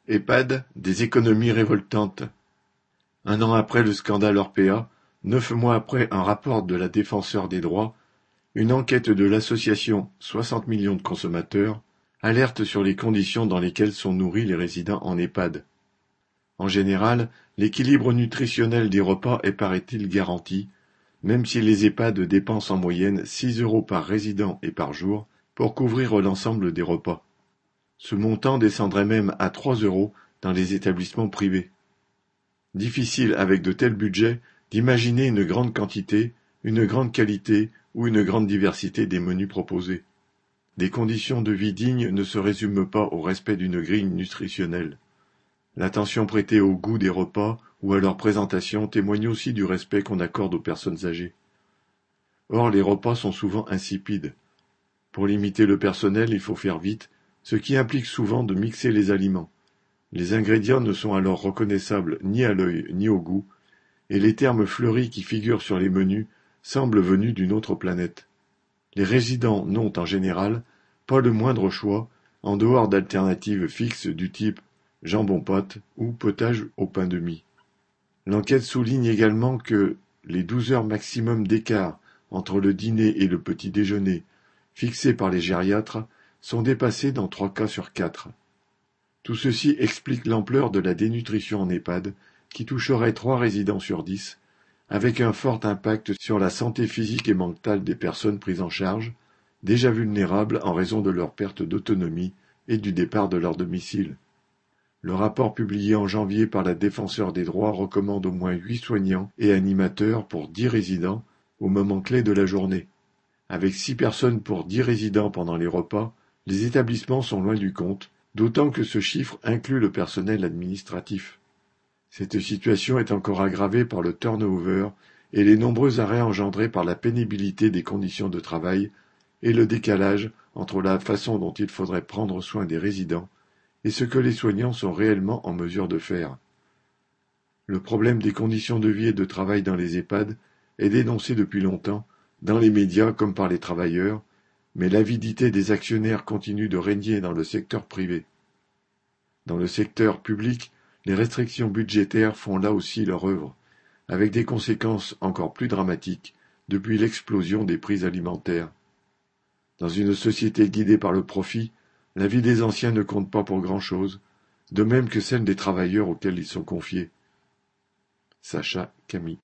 EHPAD, des économies révoltantes. Un an après le scandale Orpea, 9 mois après un rapport de la Défenseure des droits, une enquête de l'association 60 millions de consommateurs alerte sur les conditions dans lesquelles sont nourris les résidents en EHPAD. En général, l'équilibre nutritionnel des repas est paraît-il garanti, même si les EHPAD dépensent en moyenne 6 € par résident et par jour pour couvrir l'ensemble des repas. Ce montant descendrait même à 3 € dans les établissements privés. Difficile avec de tels budgets d'imaginer une grande quantité, une grande qualité ou une grande diversité des menus proposés. Des conditions de vie dignes ne se résument pas au respect d'une grille nutritionnelle. L'attention prêtée au goût des repas ou à leur présentation témoigne aussi du respect qu'on accorde aux personnes âgées. Or, les repas sont souvent insipides. Pour limiter le personnel, il faut faire vite, ce qui implique souvent de mixer les aliments. Les ingrédients ne sont alors reconnaissables ni à l'œil ni au goût, et les termes fleuris qui figurent sur les menus semblent venus d'une autre planète. Les résidents n'ont en général pas le moindre choix, en dehors d'alternatives fixes du type jambon-pâte ou potage au pain de mie. L'enquête souligne également que les 12 heures maximum d'écart entre le dîner et le petit déjeuner, fixés par les gériatres, sont dépassés dans 3 cas sur 4. Tout ceci explique l'ampleur de la dénutrition en EHPAD, qui toucherait 3 résidents sur 10, avec un fort impact sur la santé physique et mentale des personnes prises en charge, déjà vulnérables en raison de leur perte d'autonomie et du départ de leur domicile. Le rapport publié en janvier par la Défenseure des droits recommande au moins 8 soignants et animateurs pour 10 résidents au moment clé de la journée. Avec 6 personnes pour 10 résidents pendant les repas, les établissements sont loin du compte, d'autant que ce chiffre inclut le personnel administratif. Cette situation est encore aggravée par le turnover et les nombreux arrêts engendrés par la pénibilité des conditions de travail et le décalage entre la façon dont il faudrait prendre soin des résidents et ce que les soignants sont réellement en mesure de faire. Le problème des conditions de vie et de travail dans les EHPAD est dénoncé depuis longtemps, dans les médias comme par les travailleurs, mais l'avidité des actionnaires continue de régner dans le secteur privé. Dans le secteur public, les restrictions budgétaires font là aussi leur œuvre, avec des conséquences encore plus dramatiques depuis l'explosion des prix alimentaires. Dans une société guidée par le profit, la vie des anciens ne compte pas pour grand-chose, de même que celle des travailleurs auxquels ils sont confiés. Sacha Camille.